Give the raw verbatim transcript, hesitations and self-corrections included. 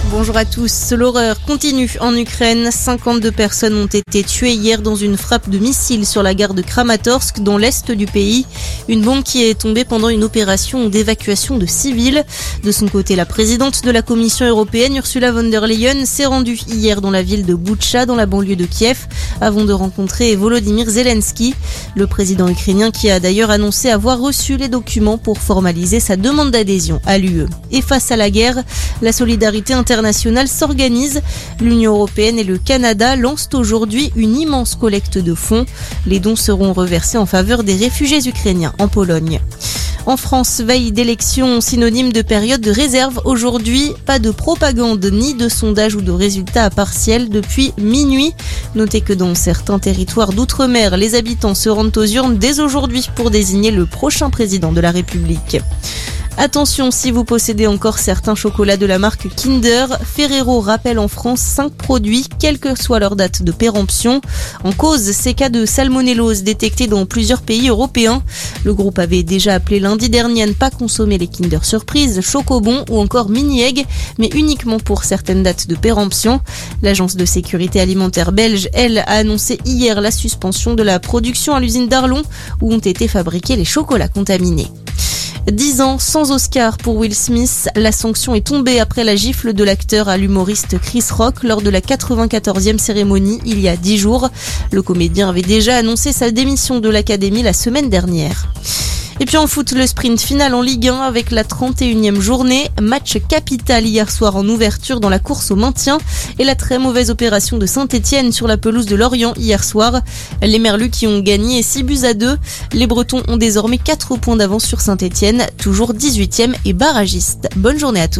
Bonjour à tous. L'horreur continue en Ukraine. cinquante-deux personnes ont été tuées hier dans une frappe de missile sur la gare de Kramatorsk dans l'est du pays. Une bombe qui est tombée pendant une opération d'évacuation de civils. De son côté, la présidente de la Commission européenne, Ursula von der Leyen, s'est rendue hier dans la ville de Boutcha, dans la banlieue de Kiev, avant de rencontrer Volodymyr Zelensky. Le président ukrainien qui a d'ailleurs annoncé avoir reçu les documents pour formaliser sa demande d'adhésion à l'U E. Et face à la guerre, la solidarité internationale s'organise. L'Union européenne et le Canada lancent aujourd'hui une immense collecte de fonds. Les dons seront reversés en faveur des réfugiés ukrainiens en Pologne. En France, veille d'élection synonyme de période de réserve. Aujourd'hui, pas de propagande ni de sondage ou de résultats à partiel depuis minuit. Notez que dans certains territoires d'outre-mer, les habitants se rendent aux urnes dès aujourd'hui pour désigner le prochain président de la République. Attention, si vous possédez encore certains chocolats de la marque Kinder, Ferrero rappelle en France cinq produits, quelle que soit leur date de péremption. En cause, ces cas de salmonellose détectés dans plusieurs pays européens. Le groupe avait déjà appelé lundi dernier à ne pas consommer les Kinder Surprise, Chocobon ou encore Mini Egg, mais uniquement pour certaines dates de péremption. L'agence de sécurité alimentaire belge, elle, a annoncé hier la suspension de la production à l'usine d'Arlon, où ont été fabriqués les chocolats contaminés. Dix ans sans Oscar pour Will Smith. La sanction est tombée après la gifle de l'acteur à l'humoriste Chris Rock lors de la quatre-vingt-quatorzième cérémonie il y a dix jours. Le comédien avait déjà annoncé sa démission de l'Académie la semaine dernière. Et puis en foot, le sprint final en Ligue un avec la trente et unième journée. Match capital hier soir en ouverture dans la course au maintien et la très mauvaise opération de Saint-Etienne sur la pelouse de Lorient hier soir. Les Merlus qui ont gagné six buts à deux. Les Bretons ont désormais quatre points d'avance sur Saint-Etienne, toujours dix-huitième et barragiste. Bonne journée à tous.